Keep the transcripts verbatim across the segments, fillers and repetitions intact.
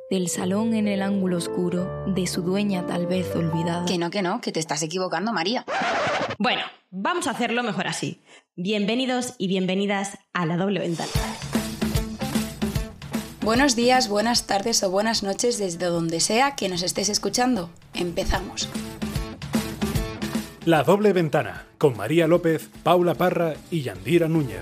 del salón en el ángulo oscuro, de su dueña tal vez olvidada. Que no, que no, que te estás equivocando, María. Bueno, vamos a hacerlo mejor así. Bienvenidos y bienvenidas a La Doble Ventana. Buenos días, buenas tardes o buenas noches desde donde sea que nos estés escuchando. Empezamos. La Doble Ventana, con María López, Paula Parra y Yandira Núñez.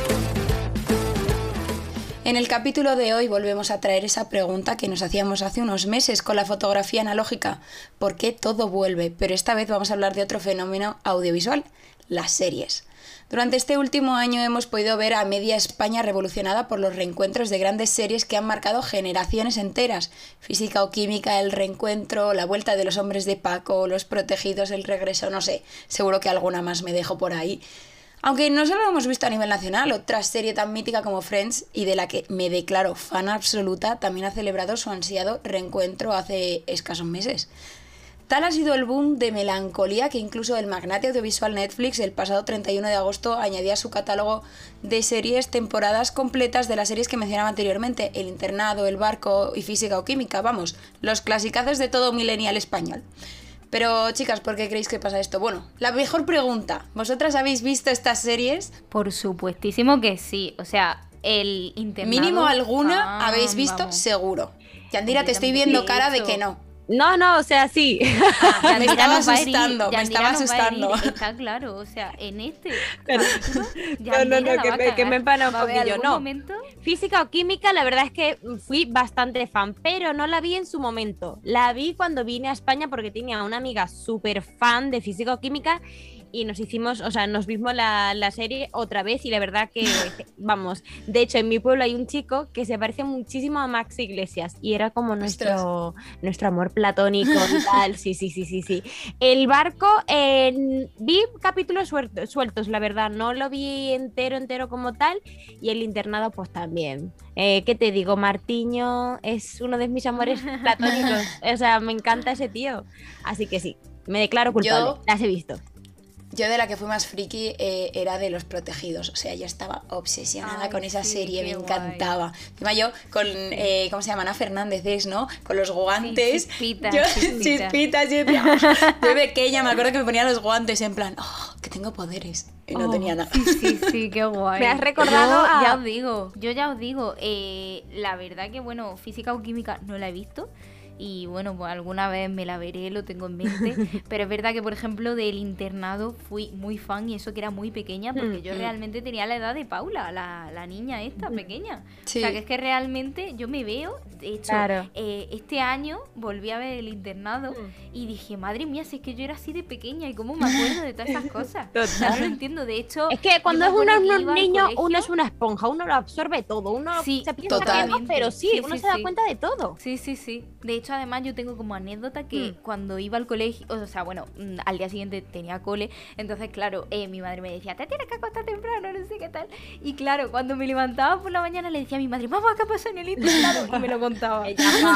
En el capítulo de hoy volvemos a traer esa pregunta que nos hacíamos hace unos meses con la fotografía analógica. ¿Por qué todo vuelve? Pero esta vez vamos a hablar de otro fenómeno audiovisual, las series. Durante este último año hemos podido ver a media España revolucionada por los reencuentros de grandes series que han marcado generaciones enteras. Física o Química, El Reencuentro, La Vuelta de los Hombres de Paco, Los Protegidos, El Regreso, no sé, seguro que alguna más me dejo por ahí. Aunque no solo lo hemos visto a nivel nacional, otra serie tan mítica como Friends, y de la que me declaro fan absoluta, también ha celebrado su ansiado reencuentro hace escasos meses. Tal ha sido el boom de melancolía que incluso el magnate audiovisual Netflix el pasado treinta y uno de agosto añadía a su catálogo de series temporadas completas de las series que mencionaba anteriormente, El Internado, El Barco y Física o Química, vamos, los clasicazos de todo millennial español. Pero, chicas, ¿por qué creéis que pasa esto? Bueno, la mejor pregunta. ¿Vosotras habéis visto estas series? Por supuestísimo que sí. O sea, el internado... Mínimo alguna ah, habéis visto, vamos. Seguro. Yandira, te estoy viendo cara de que no. No, no, o sea, sí. Ah, me estaba no va a asustando, herir, me estaba no va a asustando. herir, está claro, o sea, en este Pero, no, no, no, que me, que me empana un poquillo, no. Momento? Física o Química, la verdad es que fui bastante fan, pero no la vi en su momento. La vi cuando vine a España porque tenía una amiga súper fan de Física o Química y nos hicimos, o sea, nos vimos la, la serie otra vez y la verdad que, vamos, de hecho en mi pueblo hay un chico que se parece muchísimo a Max Iglesias y era como nuestro, nuestro amor platónico y tal, sí, sí, sí, sí, sí. El Barco, eh, vi capítulos sueltos, sueltos, la verdad, no lo vi entero, entero como tal, y El Internado pues también. Eh, ¿Qué te digo? Martiño es uno de mis amores platónicos, o sea, me encanta ese tío, así que sí, me declaro culpable, Yo... las he visto. Yo de la que fui más friki eh, era de Los Protegidos, o sea, yo estaba obsesionada Ay, con esa sí, serie, me qué encantaba. Encima yo con, sí. eh, ¿cómo se llama? Ana Fernández es, ¿no? Con los guantes. Sí, chispitas, yo, chispitas. chispitas, yo decía, de pequeña me acuerdo que me ponía los guantes en plan, oh, que tengo poderes. Y no oh, tenía nada. Sí, sí, sí, qué guay. Me has recordado yo, a... Ya os digo, yo ya os digo, eh, la verdad que, bueno, Física o Química no la he visto. Y bueno, pues alguna vez me la veré, lo tengo en mente. Pero es verdad que, por ejemplo, del Internado fui muy fan y eso que era muy pequeña, porque yo realmente tenía la edad de Paula, la, la niña esta pequeña. Sí. O sea, que es que realmente yo me veo, de hecho, Claro. eh, este año volví a ver el Internado y dije, madre mía, si es que yo era así de pequeña y cómo me acuerdo de todas esas cosas. O sea, no lo entiendo, de hecho... Es que cuando yo es me uno, acuerdo que un iba al niño, colegio. uno es una esponja, uno lo absorbe todo, uno Sí, se piensa total. que no, pero sí, Sí, uno sí, se da sí. cuenta de todo. Sí, sí, sí. De hecho, además, yo tengo como anécdota que Mm. cuando iba al colegio, o sea, bueno, mm, al día siguiente tenía cole, entonces, claro, eh, mi madre me decía, te tienes que acostar temprano, no sé qué tal. Y claro, cuando me levantaba por la mañana le decía a mi madre, mamá, ¿qué pasó en el internado? Y me lo contaba.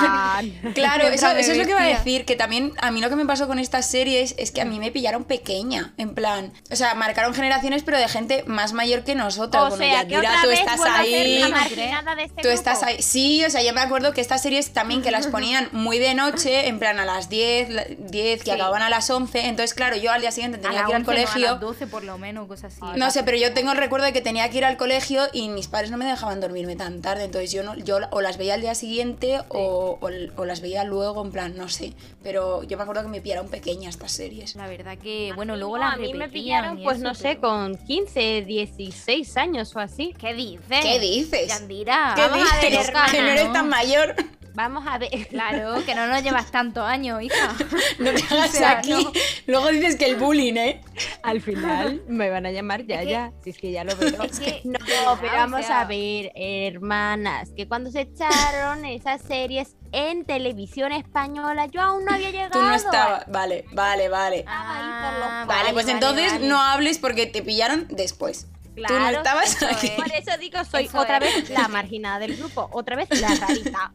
Claro, eso, Mientras me eso es lo que iba a vestía. decir, que también a mí lo que me pasó con estas series es que a mí me pillaron pequeña, en plan, o sea, marcaron generaciones pero de gente más mayor que nosotras. O Bueno, sea, que Yandira, otra tú vez estás vuelvo a ser ahí, la marginada de este tú grupo. estás ahí, sí, o sea, yo me acuerdo que estas series también que las ponían muy de noche, en plan a las diez, la- diez que Sí. acababan a las once, entonces claro, yo al día siguiente A tenía las que ir al once, no, colegio. a las doce por lo menos, cosas así. No sé, pero yo tengo el recuerdo de que tenía que ir al colegio y mis padres no me dejaban dormirme tan tarde, entonces yo no, yo o las veía al día siguiente o, o, o las veía luego, en plan, no sé, pero yo me acuerdo que me pillaron pequeña estas series. La verdad que, bueno, luego No, las a mí me repetían pillaron, y pues eso, no sé, pero- con quince, dieciséis años o así. ¿Qué dices? ¿Qué dices? Yandira, ¿Qué vamos a ver, dices? hermana, Que no eres ¿no? tan mayor. Vamos a ver. Claro, que no nos llevas tantos años, hija. No te hagas O sea, aquí. no. Luego dices que el bullying, ¿eh? Al final me van a llamar ya, Es que- ya. Si es que ya lo veo. Es que, No, de verdad, pero o vamos sea, a ver, hermanas, que cuando se echaron esas series en televisión española, yo aún no había llegado. Tú no estabas. Vale, vale, vale. Estaba ahí por los Ah, Vale, pues vale, entonces vale. no hables porque te pillaron después. Claro, Tú no estabas eso aquí. es. Por eso digo, soy Eso otra es. vez la marginada del grupo, otra vez la rarita.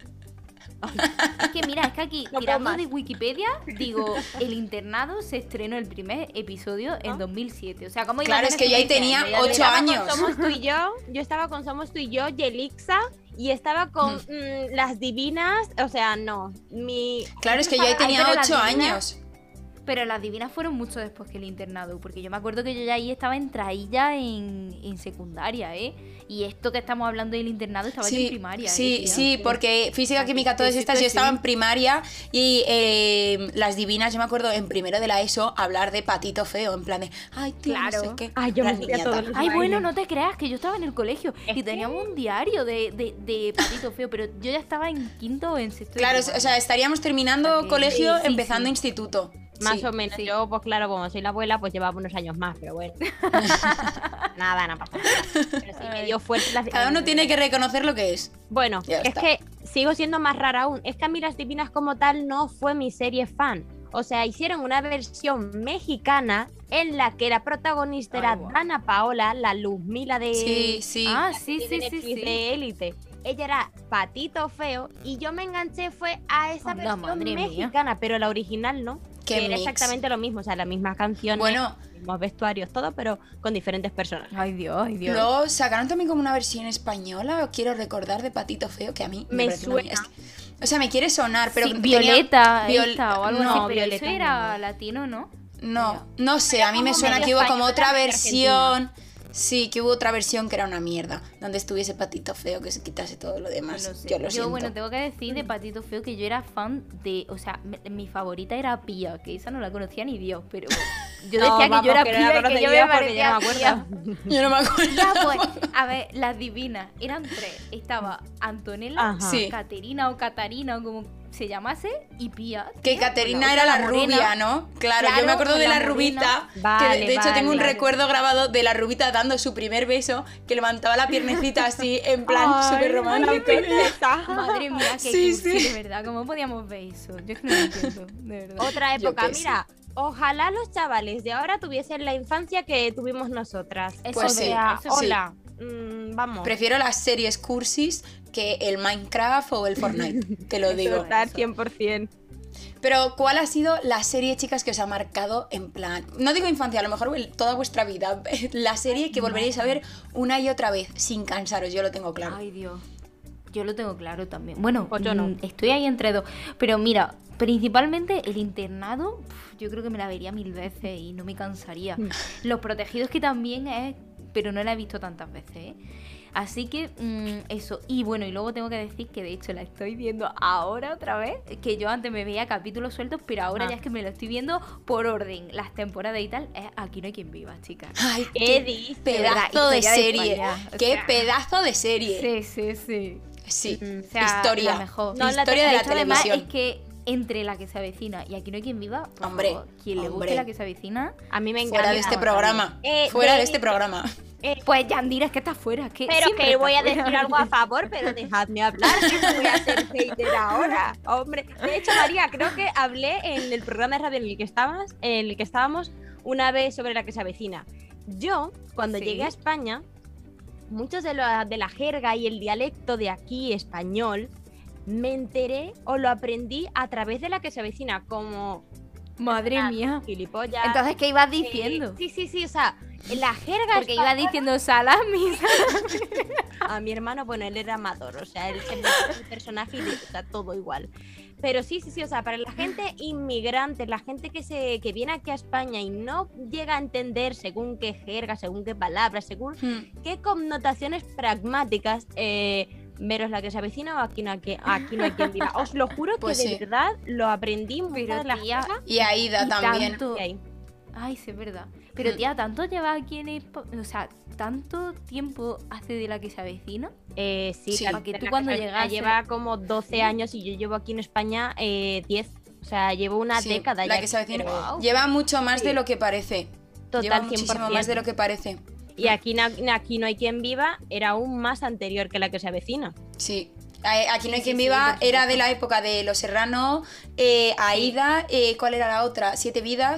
Es que mira, es que aquí, No tirando puedo de Wikipedia, digo, El Internado se estrenó el primer episodio en dos mil siete. O sea, ¿cómo iba a Claro, tener es que yo ahí experiencia? tenía Ya ocho estaba con años. Somos tú y yo, yo estaba con Somos tú y yo, Yelixa y estaba con mm, las divinas, o sea, no. Mi... Claro, es que yo ahí tenía Ay, pero las ocho divinas- años. Pero las divinas fueron mucho después que el internado, porque yo me acuerdo que yo ya ahí estaba en trailla en, en secundaria, ¿eh? Y esto que estamos hablando del internado estaba yo en Sí, primaria, sí, ¿eh, tía? sí, porque física, Así química, que todas sí, estas, que yo estaba sí. en primaria y eh, las divinas, yo me acuerdo en primero de la ESO hablar de Patito Feo, en plan de, ay, tío, no Claro. sé qué. Ay, yo me Las fui a niñatas. todos los Ay, bueno, bailes. no te creas que yo estaba en el colegio Es y teníamos un diario de, de, de Patito Feo, pero yo ya estaba en quinto o en sexto. de Claro, primaria. o sea, estaríamos terminando O sea que- colegio, sí, sí, empezando sí. instituto. Más Sí. o menos. sí. Yo, pues claro, como soy la abuela, pues llevaba unos años más, pero bueno. Nada, no pasa nada. Pero sí me dio fuerte la... Cada uno tiene que reconocer lo que es. Bueno, Ya es está. que sigo siendo más rara aún. Es que a mí Las Divinas como tal no fue mi serie fan. O sea, hicieron una versión mexicana en la que la protagonista Ay, era guau. Dana Paola, la Luzmila de... Sí, sí. Ah, sí, de sí, sí, Netflix sí. de Élite. Ella era Patito Feo y yo me enganché fue a esa Anda, versión madre mía. mexicana, pero la original no. Qué que era mix. exactamente lo mismo, o sea, las mismas canciones, Bueno. los mismos vestuarios, todo, pero con diferentes personas. Ay, Dios, ay, Dios. Luego sacaron también como una versión española, quiero recordar, de Patito Feo, que a mí Me parece una- suena. es que- o sea, me quiere sonar, pero Sí, tenía- Violeta Viol- esta o algo no, así, pero Violeta eso era no. latino, ¿no? No, no sé, a mí me como suena medio que hubo como española, otra medio versión. Sí, que hubo otra versión que era una mierda, donde estuviese Patito Feo, que se quitase todo lo demás. No sé. Yo lo siento. bueno, tengo que decir de Patito Feo que yo era fan de, o sea, me- mi favorita era Pía, que esa no la conocía ni Dios, pero yo No, decía vamos, que yo era que no la Pía y que yo conocería me porque yo no me parecía acuerdo. Pía. Yo no me acuerdo. Ya, pues, a ver, las divinas, eran tres. Estaba Antonella, Ajá. Sí. Caterina o Catarina o como se llamase, y Pía. Que tía, Caterina pues era otra, la morena. rubia, ¿no? Claro, yo Claro, me acuerdo con de la la rubita, Vale, que de hecho tengo un vale. recuerdo grabado de la rubita dando su primer beso, que levantaba la piernecita así, en plan Ay, súper la romántico. princesa. Madre mía, qué Sí, cursi, sí. de verdad. ¿Cómo podíamos ver eso? Yo es que no lo entiendo, de verdad. Otra Yo época, qué sé. mira, ojalá los chavales de ahora tuviesen la infancia que tuvimos nosotras. Eso Pues o sí, sea, eso sí. hola, mm, vamos. Prefiero las series cursis que el Minecraft o el Fortnite, te lo digo. Total, cien por ciento. Pero, ¿cuál ha sido la serie, chicas, que os ha marcado en plan? No digo infancia, a lo mejor toda vuestra vida. La serie que volveréis a ver una y otra vez, sin cansaros, yo lo tengo claro. Ay, Dios. Yo lo tengo claro también. Bueno, Pues yo no. mm, estoy ahí entre dos. Pero mira, principalmente el internado, pf, yo creo que me la vería mil veces y no me cansaría. Mm. Los protegidos que también es, pero no la he visto tantas veces, ¿eh? Así que mm, eso. Y bueno, y luego tengo que decir que de hecho la estoy viendo ahora otra vez. Que yo antes me veía capítulos sueltos, pero ahora Ah. ya es que me lo estoy viendo por orden. Las temporadas y tal. Es Aquí no hay quien viva, chicas. Ay, ¿Qué qué dices? pedazo de Historia de serie. España, o Qué sea. pedazo de serie. Sí, sí, sí. Sí, O sea, historia. la mejor. No, la historia de De la hecho, además, televisión. es que entre La que se avecina y Aquí no hay quien viva, por Hombre, favor, quien le hombre. guste La que se avecina, A mí me encanta. Fuera de este programa. Eh, Fuera de- de este programa. pues Yandira, es que está fuera. Que Pero siempre que está voy a fuera. decir algo a favor, pero dejadme hablar, que no voy a ser hater ahora. Hombre, de hecho, María, creo que hablé en el programa de radio en el que estabas, en el que estábamos una vez sobre La que se avecina. Yo, cuando Sí. llegué a España, muchos de, lo, de la jerga y el dialecto de aquí español me enteré o lo aprendí a través de La que se avecina, como Madre mía. gilipollas. Entonces, ¿qué ibas eh, diciendo? sí, sí, sí, o sea, la jerga Porque iba española- diciendo salami. A mi hermano, bueno, él era amador, o sea, él se metió en el personaje y le, o sea, todo igual. Pero sí, sí, sí, o sea, para la gente inmigrante, la gente que se que viene aquí a España y no llega a entender según qué jerga, según qué palabras, según Hmm. qué connotaciones pragmáticas, eh, veros La que se avecina o aquí no, aquí, aquí no hay quien viva. Os lo juro Pues que de sí. verdad lo aprendí muchas Pero de las tía, cosas Y Aida Y también. tanto- que hay. Ay, sí, es verdad. Pero Mm. tía, ¿tanto lleva aquí en Espa- O sea, ¿tanto tiempo hace de La que se avecina? Eh, sí, Sí. la- Porque la tú que cuando se avecina llegaste- lleva como doce años y yo llevo aquí en España eh, diez. O sea, llevo una Sí, década la ya que se avecina. pero- Lleva mucho más Sí. de lo que parece. Total, Lleva cien por muchísimo ciento. más de lo que parece. Y aquí, na- aquí no hay quien viva, era aún más anterior que La que se avecina. Sí. Eh, Aquí no hay Sí, quien sí, sí, viva, por era supuesto. de la época de Los Serrano, eh, Aida, eh, ¿cuál era la otra? Siete vidas.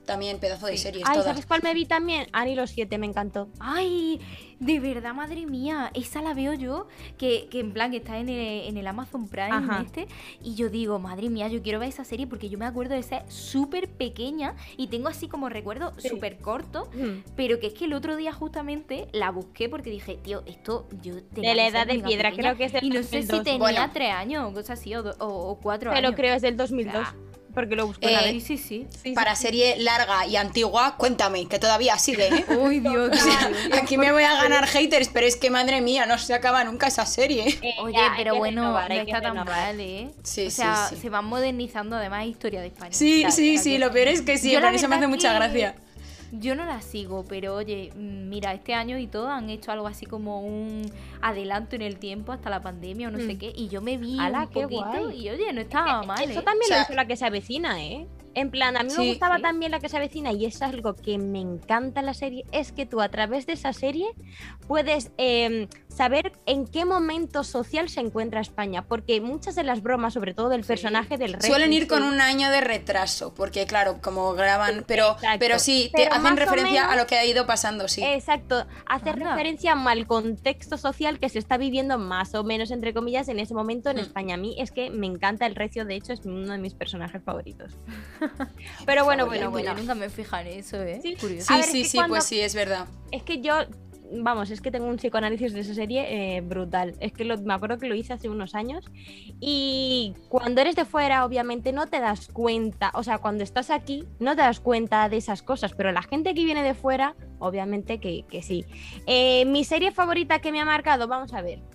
también, pedazo de series Ay, todas. ¿sabes cuál me vi también? Annie los siete, me encantó. Ay, de verdad, madre mía, esa la veo yo, que, que en plan que está en el, en el Amazon Prime Ajá. este, y yo digo, madre mía, yo quiero ver esa serie porque yo me acuerdo de ser súper pequeña y tengo así como recuerdo Sí. súper corto, Mm. pero que es que el otro día justamente la busqué porque dije, tío, esto yo tenía De la que ser edad de mega piedra, pequeña, creo que es del y no dos sé mil si dos. tenía Bueno. tres años o cosas así, o, do- o- o cuatro Te lo años. creo, es del dos mil dos. O sea, Porque lo busco Eh, una Sí, vez. sí, sí. Sí, Para sí. serie larga y antigua, cuéntame, que todavía sigue, ¿eh? Uy, Dios, O sea, Dios. aquí me voy a ganar haters, pero es que madre mía, no se acaba nunca esa serie. Eh, Oye, ya, hay pero que bueno, renovar, no hay que está tan renovar. mal, ¿eh? Sí, o sí, sea, sí. se van modernizando además historia de España. Sí, Claro, sí, o sea sí, que- lo peor es que sí, Yo la por eso me hace verdad mucha que gracia. Yo no la sigo, pero oye, mm, mira, este año y todo han hecho algo así como un adelanto en el tiempo hasta la pandemia o no sé Mm. qué, y yo me vi ¡Hala, un qué poquito guay! y oye, no estaba mal, Eso ¿eh? también O sea- lo hizo La que se avecina, ¿eh? En plan, a mí me Sí, gustaba sí. también La que se avecina y es algo que me encanta en la serie, es que tú a través de esa serie puedes eh, saber en qué momento social se encuentra España, porque muchas de las bromas, sobre todo del Sí. personaje del rey... Suelen ir con sí, un año de retraso, porque claro, como graban, pero, Exacto. pero sí, te Pero hacen más o referencia menos- a lo que ha ido pasando, sí. Exacto, hace Anda. referencia al contexto social que se está viviendo más o menos, entre comillas, en ese momento en Mm. España. A mí es que me encanta el Recio, de hecho es uno de mis personajes favoritos. Pero bueno, Favorito, bueno, bueno. Yo nunca me fijo en eso, ¿eh? Sí. Curioso. Sí, A ver, sí, es que sí, cuando- pues sí, es verdad. Es que yo, vamos, es que tengo un psicoanálisis de esa serie eh, brutal. Es que lo- me acuerdo que lo hice hace unos años. Y cuando eres de fuera, obviamente no te das cuenta. O sea, cuando estás aquí, no te das cuenta de esas cosas. Pero la gente que viene de fuera, obviamente que, que sí. Eh, mi serie favorita que me ha marcado, vamos a ver.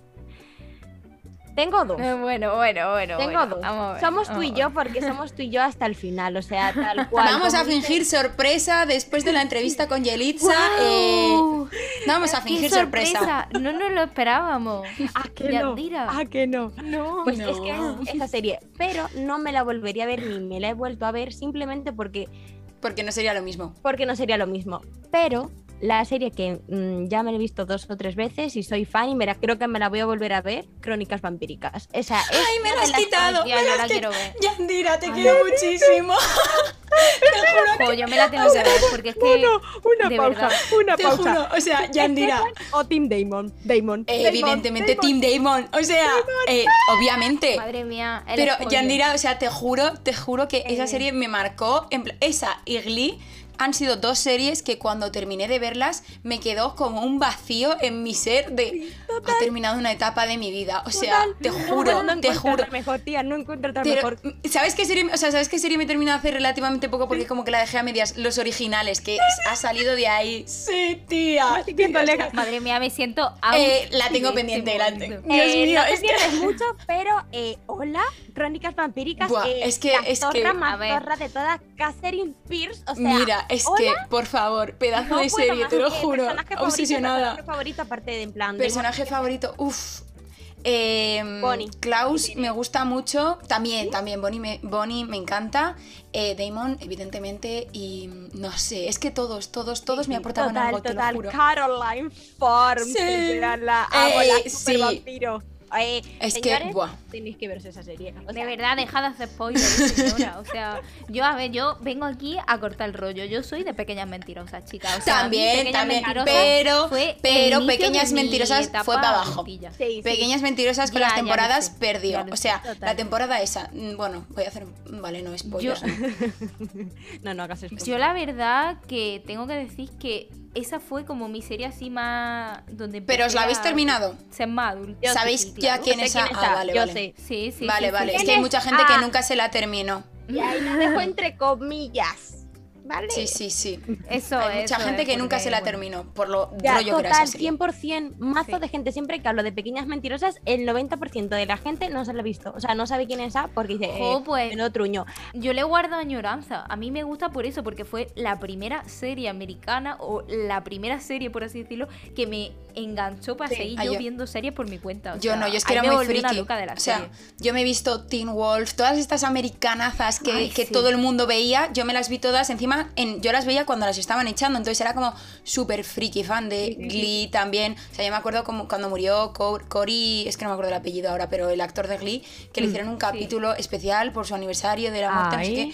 Tengo dos. Eh, bueno, bueno, bueno. Tengo bueno, dos. vamos a ver, Somos tú vamos y a yo ver. porque somos tú y yo hasta el final. O sea, tal cual. Vamos a como dice- fingir sorpresa después de la entrevista con Yelitza. ¡Guau! eh, vamos a ¡Qué fingir sorpresa. No nos lo esperábamos. ¿A que no? Yandira. ¿A que no? No. Pues No. es que es esa serie, pero no me la volvería a ver ni me la he vuelto a ver simplemente porque, Porque no sería lo mismo. porque no sería lo mismo. Pero la serie que mm, ya me la he visto dos o tres veces y soy fan y me la, creo que me la voy a volver a ver, Crónicas Vampíricas. Esa es ¡Ay, me una la de has las- quitado! tía, me yo la la has quiero quitado. ver. Yandira, te Ay, quiero muchísimo. Jo, yo me la tengo que ver porque es que. una de pausa, verdad. una Te pausa. juro, o sea, Yandira. O Team Damon, Damon. Eh, Damon, evidentemente Damon. Team Damon, o sea, eh, obviamente. Madre mía. el Pero spoiler. Yandira, o sea, te juro, te juro que esa Eh. serie me marcó. En pla- esa y Glee han sido dos series que cuando terminé de verlas me quedó como un vacío en mi ser de ha terminado una etapa de mi vida. O sea, te No, juro, no te encuentro juro. otra mejor, tía, no encuentro otra Pero, mejor. ¿sabes qué serie, o sea, ¿sabes qué serie me terminó hace relativamente poco? Porque como que la dejé a medias. Los originales, que ha salido de ahí. Sí, tía. Qué colega. Madre mía, me siento. out Eh, la tengo en pendiente. este la momento. te- Dios Eh, mío, no te es que... pierdes mucho, pero eh, hola, Crónicas Vampíricas. Buah, eh, es que- la es que- zorra más a ver. zorra de toda Catherine Pierce. O sea, Mira, es hola, que, por favor, pedazo no de puedo serie, más. te lo Eh, juro. personaje favorito, Obsesionada. Personaje favorito, aparte de en plan. de- Personaje favorito, uff. Eh, Bonnie. Klaus me gusta mucho. También, también, Bonnie me, Bonnie me encanta. Eh, Damon, evidentemente. Y no sé, es que todos, todos, todos me aportaban total, algo, te total. lo juro. Caroline Form. Sí. que era la amo, Eh, la sí. super vampiro. Eh, Es que, señores, buah. tenéis que verse esa serie. O De sea, verdad, deja de hacer spoilers, señora. O sea, yo, a ver, yo vengo aquí a cortar el rollo. Yo soy de Pequeñas Mentirosas, chicas. O sea, a mí También, Pequeñas también, Mentirosas pero- fue el pero inicio Pequeñas de mi Mentirosas etapa fue pa' abajo. adultilla. sí, sí. Pequeñas mentirosas con Ya, las ya lo temporadas sé, perdió. ya lo O sea, sé, total. la temporada esa. mm, Bueno, voy a hacer. Vale, no spoilers. Yo- ¿no? No, no hagas spoiler. Yo la verdad que tengo que decir que esa fue como mi serie así más... donde Pero os la habéis empecé a terminado. Ser más adulta. Yo ¿Sabéis sí, ya claro. quién Sé es? quién Ah, es, vale, yo vale. sé. Sí, sí, Vale, sí, vale. sí. Es ¿Quién que hay es? mucha gente que Ah. nunca se la terminó. Y ahí la dejo entre comillas. ¿Vale? Sí, sí, sí. Eso Hay mucha eso gente es, que nunca porque, se la bueno, terminó por lo Ya, rollo que era total, esa serie. cien por ciento, mazo Sí. de gente. Siempre que hablo de Pequeñas Mentirosas, el noventa por ciento de la gente no se la ha visto. O sea, no sabe quién es esa porque dice, Jo, eh, pues, menudo truño. Yo le guardo añoranza. A mí me gusta por eso, porque fue la primera serie americana o la primera serie, por así decirlo, que me enganchó para Sí. seguir Ah, yo yo- viendo series por mi cuenta. O Yo sea, no, yo es que ahí era me muy volví una friki. loca de la O sea, serie. yo me he visto Teen Wolf, todas estas americanazas que, Ay, que sí. todo el mundo veía, yo me las vi todas. Encima, en, yo las veía cuando las estaban echando, entonces era como súper friki fan de Glee también. O sea, yo me acuerdo como cuando murió Co- Cory, es que no me acuerdo el apellido ahora, pero el actor de Glee, que le hicieron un capítulo especial por su aniversario de la muerte, no sé Ay. qué.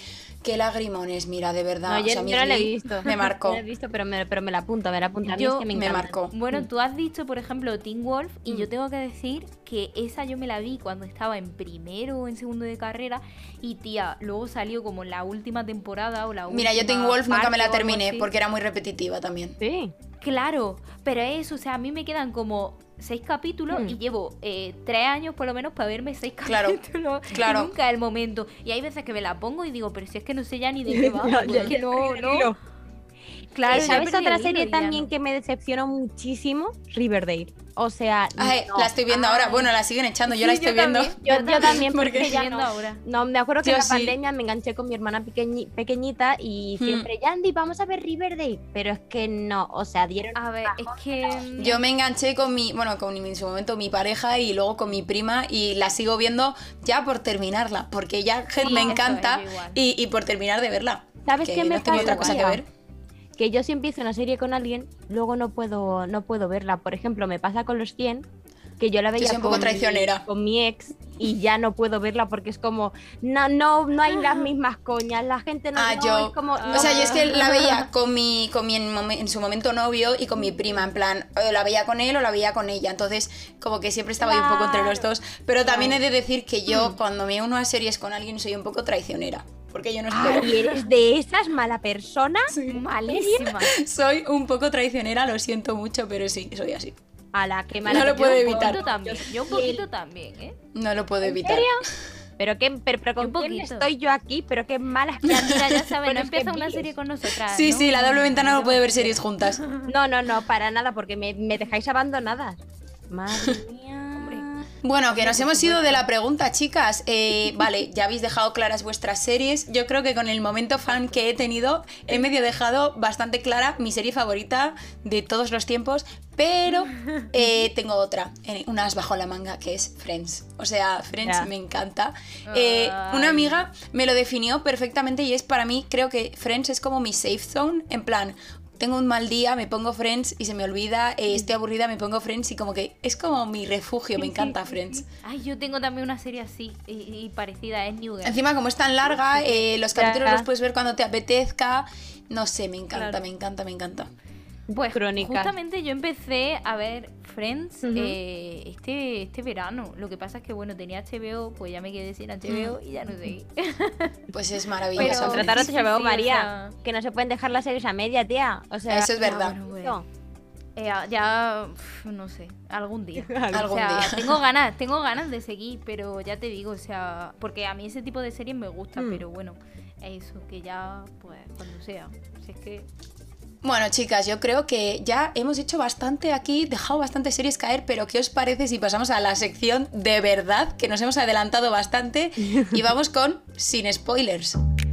qué lagrimones, mira, de verdad. No, o yo, sea, a mí yo no la he Glee visto. Me marcó. No la he visto, pero me, pero me la apunto, me la apunto. A mí Yo- es que me, me encanta. marcó. Bueno, tú has dicho, por ejemplo, Teen Wolf, y Mm. yo tengo que decir que esa yo me la vi cuando estaba en primero o en segundo de carrera, y tía, luego salió como la última temporada o la última. Mira, yo Teen Wolf nunca me parte la o algo terminé así. porque era muy repetitiva también. Sí. Claro, pero eso, o sea, a mí me quedan como seis capítulos Hmm. y llevo eh, tres años por lo menos para verme seis Claro, capítulos. claro. Y nunca es el momento. Y hay veces que me la pongo y digo, pero si es que no sé ya ni de qué va. Ya, porque ya, es que ya no, perdí el no. hilo. Claro, ¿Y ya ¿Sabes perdí otra el hilo serie y ya también no. que me decepcionó muchísimo? Riverdale. O sea, Ay, no. la estoy viendo Ay. ahora. Bueno, la siguen echando, yo Sí, la estoy viendo. también, Yo, yo también, porque porque ya viendo no. ahora. No, me acuerdo que Yo en la sí. pandemia me enganché con mi hermana pequeñi- pequeñita y Hmm. siempre, Yandy, vamos a ver Riverdale. Pero es que no, o sea, dieron. A ver, es que. Yo me enganché con mi, bueno, con mi- en su momento mi pareja y luego con mi prima y la sigo viendo ya por terminarla, porque ya Sí, me eso encanta es, yo igual. y, y por terminar de verla. ¿Sabes que qué me no tengo pasa, otra cosa que tía? ver. Que yo si empiezo una serie con alguien, luego no puedo, no puedo verla. Por ejemplo, me pasa con los cien, que yo la veía soy un poco con, mi, traicionera. con mi ex y ya no puedo verla porque es como, no, no, no hay las mismas coñas, la gente no, Ah, no, yo- es como, O sea, yo es que la veía con mi, con mi en, momen- en su momento novio y con mi prima, en plan, o la veía con él o la veía con ella, entonces como que siempre estaba ahí un poco entre los dos, pero también he de decir que yo cuando me uno a series con alguien soy un poco traicionera, porque yo no espero. Ay, eres de esas mala persona. Malísima. Soy un poco traicionera, lo siento mucho, pero sí, soy así. A la que mala No lo persona. puedo Yo un evitar. poquito también. Yo un poquito también, ¿eh? No lo puedo ¿En evitar. serio? Pero qué, pero, pero Un con quién poquito. estoy yo aquí, pero qué malas Ya, mira, ya sabes, Pero no es que empieza una vives. serie con nosotras. Sí, ¿no? sí, la doble ventana no puede ver series juntas. No, no, no, para nada, porque me, me dejáis abandonadas. Madre mía. Bueno, que nos hemos ido de la pregunta, chicas. Eh, vale, ya habéis dejado claras vuestras series. Yo creo que con el momento fan que he tenido, he medio dejado bastante clara mi serie favorita de todos los tiempos, pero eh, tengo otra, eh, unas bajo la manga, que es Friends. O sea, Friends Ya. me encanta. Eh, una amiga me lo definió perfectamente y es para mí, creo que Friends es como mi safe zone, en plan... Tengo un mal día, me pongo Friends y se me olvida, eh, estoy aburrida, me pongo Friends y como que es como mi refugio, me encanta Friends. Ay, yo tengo también una serie así y, y parecida, es New Girl. Encima como es tan larga, eh, los Ya. capítulos los puedes ver cuando te apetezca, no sé, me encanta, Claro. me encanta, me encanta. Pues Crónicas. justamente yo empecé a ver Friends Ujú. eh, este, este verano. Lo que pasa es que, bueno, tenía H B O, pues ya me quedé sin H B O y ya no seguí. Pues es Pero- maravilloso. Pero Friends. trataros sí, de sí, María, o sea- que no se pueden dejar las series a media, tía. O sea, Eso es verdad. bueno, bueno. no. Eh, ya, uf, no sé, algún día. Algún o sea, día. tengo ganas, tengo ganas de seguir, pero ya te digo, o sea, porque a mí ese tipo de series me gusta, Mm. pero bueno, es eso, que ya, pues, cuando sea. Si es que... Bueno, chicas, yo creo que ya hemos hecho bastante aquí, dejado bastantes series caer, pero ¿qué os parece si pasamos a la sección de verdad, que nos hemos adelantado bastante, y vamos con Sin Spoilers?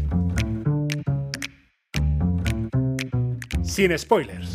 Sin spoilers.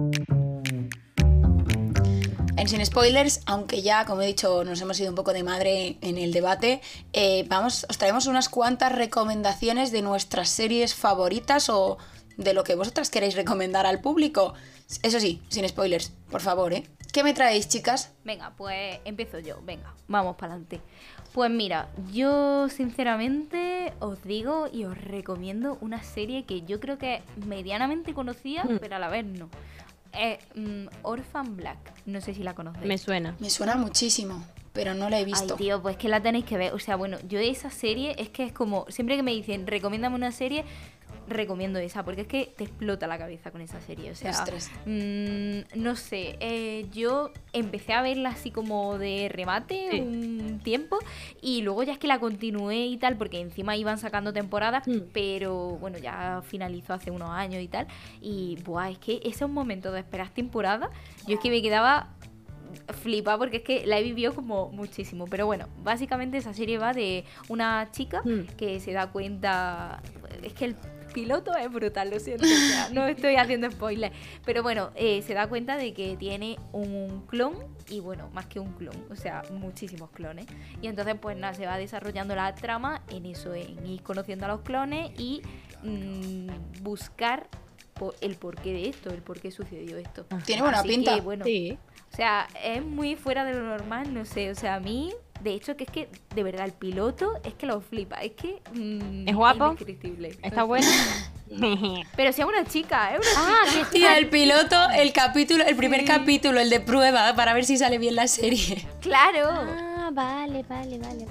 En Sin Spoilers, aunque ya, como he dicho, nos hemos ido un poco de madre en el debate, eh, vamos, os traemos unas cuantas recomendaciones de nuestras series favoritas o de lo que vosotras queréis recomendar al público. Eso sí, sin spoilers, por favor, ¿eh? ¿Qué me traéis, chicas? Venga, pues empiezo yo, venga, vamos para adelante. Pues mira, yo sinceramente os digo y os recomiendo una serie que yo creo que es medianamente conocida, Mm. pero a la vez no. Es mm, Orphan Black, no sé si la conocéis. Me suena. Me suena muchísimo, pero no la he visto. Ay, tío, pues que la tenéis que ver. O sea, bueno, yo esa serie es que es como, siempre que me dicen, recomiéndame una serie, recomiendo esa, porque es que te explota la cabeza con esa serie. O sea, Ostras. mm, no sé, eh, yo empecé a verla así como de remate Sí. un tiempo y luego ya es que la continué y tal, porque encima iban sacando temporadas, Mm. pero bueno, ya finalizó hace unos años y tal. Y, buah, es que esos momentos de esperar temporada, yo es que me quedaba flipa porque es que la he vivido como muchísimo. Pero bueno, básicamente esa serie va de una chica Mm. que se da cuenta. Es que el piloto es brutal, lo siento. O sea, no estoy haciendo spoilers. Pero bueno, eh, se da cuenta de que tiene un clon. Y bueno, más que un clon, o sea, muchísimos clones. Y entonces, pues nada, se va desarrollando la trama en eso, en ir conociendo a los clones y mm, buscar po- el porqué de esto, el por qué sucedió esto. Tiene buena Así pinta. que, bueno, Sí. o sea, es muy fuera de lo normal, no sé, o sea, a mí De hecho, que es que, de verdad, el piloto es que lo flipa. Es que... Mm, ¿Es guapo? indescriptible. ¿Está bueno? Pero si es una chica, es una Ah, chica. que Tía, el piloto, el capítulo, el primer Sí. capítulo, el de prueba, para ver si sale bien la serie. Claro. Ah, vale, vale, vale.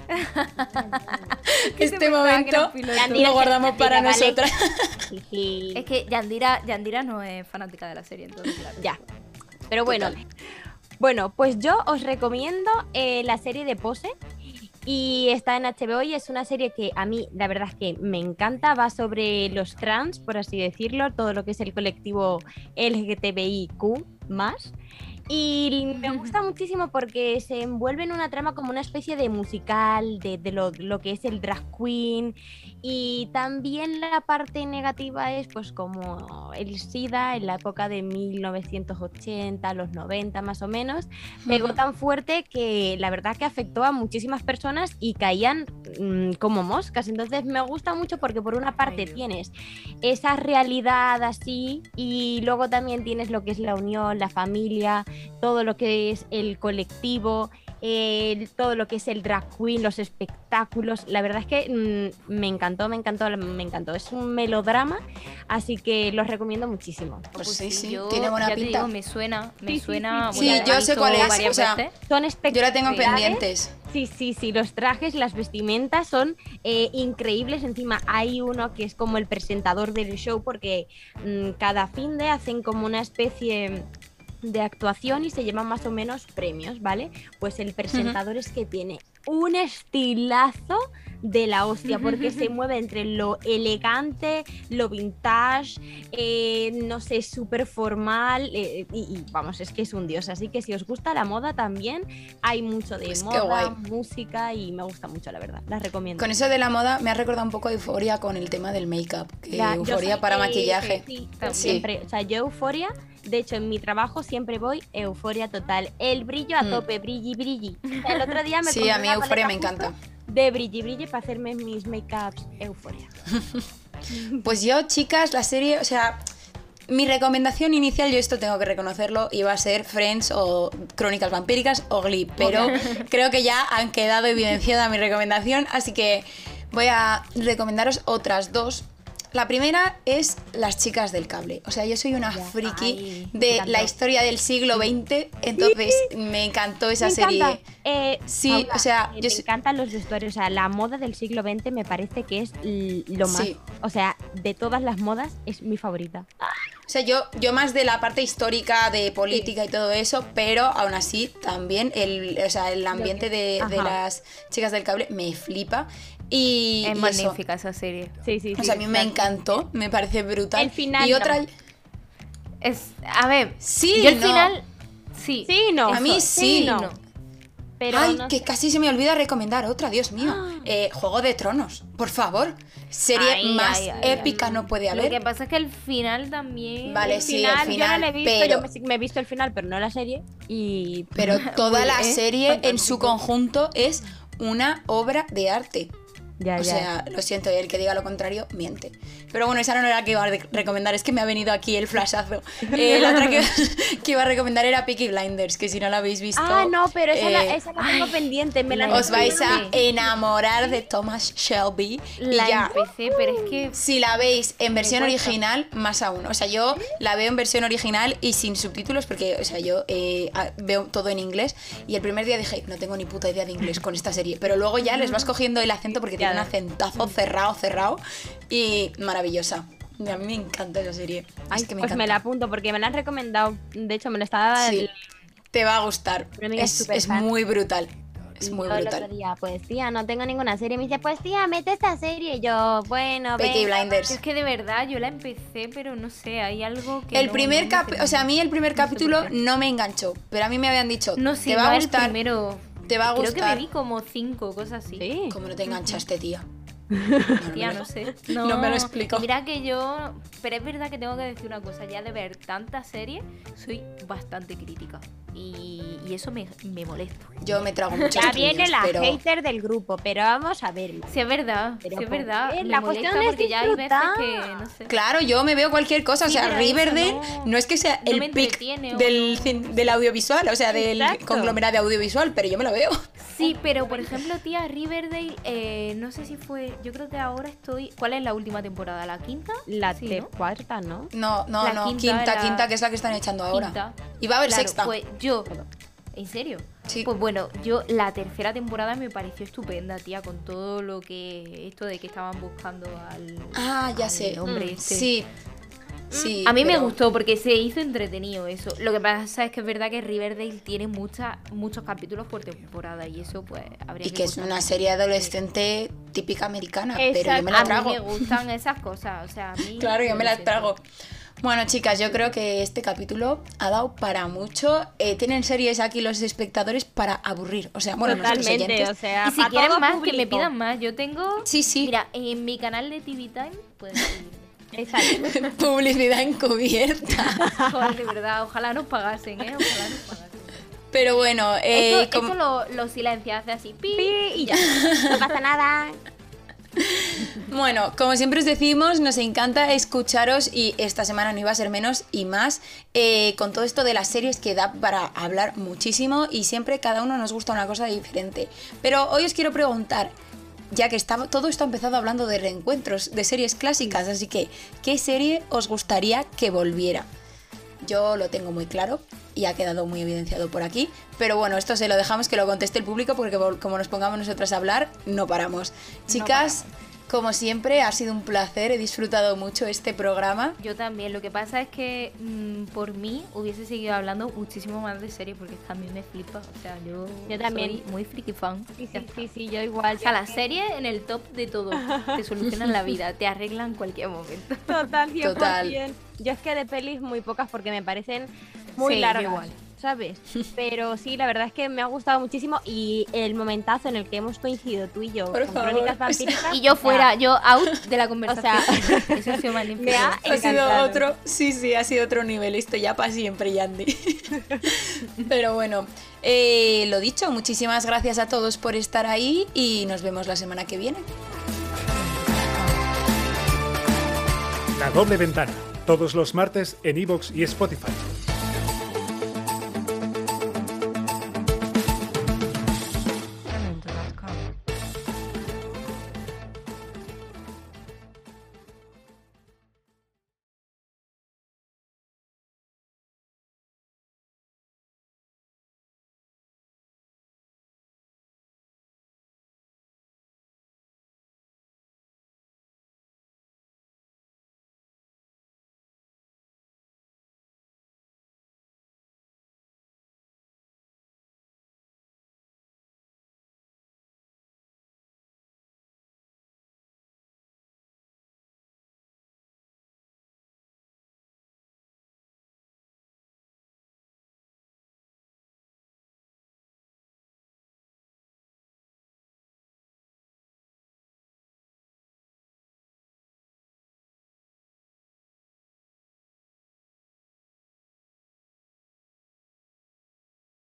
Que se Este pensaba que era momento un piloto. Yandira lo guardamos se para ¿vale? nosotras. Es que Yandira, Yandira no es fanática de la serie, entonces claro. Ya. Pero bueno. Total. Bueno, pues yo os recomiendo eh, la serie de Pose. Y está en H B O y es una serie que a mí la verdad es que me encanta. Va sobre los trans, por así decirlo, todo lo que es el colectivo L G T B I Q más. Y me gusta muchísimo porque se envuelve en una trama como una especie de musical de, de lo, lo que es el drag queen. Y también la parte negativa es pues como el SIDA en la época de mil novecientos ochenta, los noventa más o menos, pegó Ujú. tan fuerte que la verdad que afectó a muchísimas personas y caían mm, como moscas. Entonces me gusta mucho porque por una parte Ay, Dios. tienes esa realidad así y luego también tienes lo que es la unión, la familia, todo lo que es el colectivo, eh, todo lo que es el drag queen, los espectáculos. La verdad es que mm, me encantó, me encantó, me encantó. Es un melodrama, así que los recomiendo muchísimo. Pues sí, sí, yo, tiene buena ya te pinta. digo, me suena, me Sí, sí, suena. sí, sí. bueno, Sí, la yo he sé visto cuál es, varias o sea, veces. Son Yo espectaculares. la tengo pendientes. Sí, sí, sí, los trajes, las vestimentas son eh, increíbles. Encima hay uno que es como el presentador del show porque mm, cada fin de hacen como una especie de actuación y se llevan más o menos premios, ¿vale? Pues el presentador es que tiene un estilazo de la hostia porque se mueve entre lo elegante, lo vintage, eh, no sé, súper formal eh, y, y vamos, es que es un dios. Así que si os gusta la moda también, hay mucho de Pues qué moda, guay. música y me gusta mucho, la verdad. Las recomiendo. Con eso de la moda me ha recordado un poco a Euforia con el tema del make-up. Que Ya, yo Euforia soy para de- maquillaje. Sí, También. siempre. O sea, yo euforia. De hecho, en mi trabajo siempre voy euforia total. El brillo a Mm. tope, brilli, brilli. O sea, el otro día me Sí, compré a mí una Euforia me paleta encanta. justo de brilli, brilli para hacerme mis make-ups euforia. Pues yo, chicas, la serie, o sea, mi recomendación inicial, yo esto tengo que reconocerlo, iba a ser Friends o Crónicas Vampíricas o Glee, pero creo que ya han quedado evidenciada mi recomendación, así que voy a recomendaros otras dos. La primera es Las chicas del cable. O sea, yo soy una Ya. friki Ay, me de encantó. la historia del siglo veinte, entonces me encantó esa me serie. encanta. Eh, Sí, Paula, o sea, eh, yo me sé- encantan los vestuarios. O sea, la moda del siglo veinte me parece que es l- lo más. Sí. O sea, de todas las modas es mi favorita. O sea, yo, yo más de la parte histórica, de política y todo eso, pero aún así también el, o sea, el ambiente de, de Ajá. las chicas del cable me flipa. Y, Es y eso. magnífica esa serie. Sí, sí, sí. O sea, a mí me encantó, me parece brutal. El final Y no. otra. Es, a ver, Sí, yo el no. final, sí. Sí, no. A mí sí. no. Pero Ay, no que sé. casi se me olvida recomendar otra, Dios mío. Eh, Juego de Tronos, por favor. Serie Ay, más ay, ay, épica ay. no puede Lo que haber. pasa es que el final también. Vale, El sí, el final, yo no final, lo he visto, pero- yo me, me he visto el final, pero no la serie. Y Pero toda Muy la bien, serie en su fantástico. conjunto es una obra de arte. ya, O ya. sea, lo siento, el que diga lo contrario, miente. Pero bueno, esa no era la que iba a de- recomendar, es que me ha venido aquí el flashazo. Eh, la otra que, que iba a recomendar era Peaky Blinders, que si no la habéis visto... Ah, no, pero esa, la, eh, esa la tengo ay, pendiente. Me la la os vais a empecé. enamorar de Thomas Shelby. Y La ya, empecé, pero es que. si la veis en versión cuesta. original, más aún. O sea, yo la veo en versión original y sin subtítulos porque, o sea, yo eh, a- veo todo en inglés y el primer día dije, no tengo ni puta idea de inglés con esta serie. Pero luego ya les vas cogiendo el acento porque tiene un Ya. acentazo cerrado, cerrado y maravillosa. Y a mí me encanta esa serie. Ay, es que me pues encanta. me la apunto porque me la han recomendado. De hecho, me la estaba. Sí, te va a gustar. Una amiga Es, súper es fan. muy brutal. Es Y muy yo el otro brutal. día, pues tía, no tengo ninguna serie. Me dice, pues tía, mete esta serie. Y yo, bueno, Peaky venga. Blinders. Es que de verdad yo la empecé, pero no sé, hay algo que. El no- primer no me capítulo, o sea, a mí el primer No sé por capítulo qué. no me enganchó, pero a mí me habían dicho, No sé, te va a igual gustar, el primero. te va a Creo que me gustar. vi como cinco cosas así. Sí. ¿Cómo no te enganchaste, tía? Tía, no sé. No me lo explico. Mira que yo... Pero es verdad que tengo que decir una cosa. Ya de ver tantas series, soy bastante crítica. Y, y eso me, me molesta. Yo me trago muchos Ya viene puños, la pero... hater del grupo, pero vamos a verlo. Sí, es verdad. Pero Sí, es ¿por verdad. qué? Me La molesta cuestión es porque ya hay veces disfrutar. que... No sé. Claro, yo me veo cualquier cosa, Sí, o sea, pero Riverdale eso no... no- es que sea no el me pic entretiene o del, no- cin- del audiovisual, o sea, del Exacto. conglomerado audiovisual, pero yo me lo veo. Sí, pero por ejemplo, tía, Riverdale, eh, no sé si fue... Yo creo que ahora estoy... ¿Cuál es la última temporada? ¿La quinta? La Sí, de ¿no? cuarta, ¿no? No, no, La no, quinta quinta, era- quinta, que es la que están echando ahora. Quinta. Y va a haber Claro, sexta. Pues yo... ¿En serio? Sí. Pues bueno, yo la tercera temporada me pareció estupenda, tía, con todo lo que... Esto de que estaban buscando al... Ah, ya al sé. hombre Mm, este. Sí. Sí, A mí me pero- gustó porque se hizo entretenido eso. Lo que pasa es que es verdad que Riverdale tiene mucha, muchos capítulos por temporada y eso pues habría Y que que es cortarlo. una serie adolescente típica americana, pero yo Exacto. me la A trago. mí me gustan esas cosas, o sea, a mí... Claro, yo me lo la siento. trago. Bueno, chicas, yo creo que este capítulo ha dado para mucho. Eh, tienen series aquí los espectadores para aburrir. O sea, bueno, nosotros Totalmente, oyentes. o sea, Y si pa' quieren todo más, que me público. pidan más. Yo tengo... Sí, sí. Mira, en mi canal de T V Time pueden seguirme. Exacto. Publicidad encubierta. Joder, de verdad, ojalá nos pagasen, ¿eh? Ojalá nos pagasen. Pero bueno, eh, esto como- esto lo, lo silencia, hace así, pi. Pi, y ya. No pasa nada. Bueno, como siempre os decimos, nos encanta escucharos y esta semana no iba a ser menos y más eh, con todo esto de las series que da para hablar muchísimo y siempre cada uno nos gusta una cosa diferente. Pero hoy os quiero preguntar, ya que está, todo esto ha empezado hablando de reencuentros, de series clásicas, así que, ¿qué serie os gustaría que volviera? Yo lo tengo muy claro y ha quedado muy evidenciado por aquí, pero bueno, esto se lo dejamos que lo conteste el público porque como nos pongamos nosotras a hablar, no paramos. Chicas, como siempre, ha sido un placer, he disfrutado mucho este programa. Yo también, lo que pasa es que mm, por mí hubiese seguido hablando muchísimo más de series porque es que a mí me flipa, o sea, yo, Yo también. soy muy friki fan. Sí, Ya sí, está. sí, sí, yo igual. O sea, las series en el top de todo, te solucionan la vida, te arreglan cualquier momento. Total, cien por Total. cien. Yo es que de pelis muy pocas porque me parecen muy Sí, yo largas, igual. ¿sabes? Pero sí, la verdad es que me ha gustado muchísimo y el momentazo en el que hemos coincidido tú y yo Por con favor, Crónicas o sea, Vampíricas. Y yo o sea, fuera, yo out de la conversación. sea, Eso ha sido magnífico. me ha Ha sido encantado. otro, sí, sí, ha sido otro nivel, esto ya para siempre, Yandy. Pero bueno, eh, lo dicho, muchísimas gracias a todos por estar ahí y nos vemos la semana que viene. La doble ventana, todos los martes en iVoox y Spotify.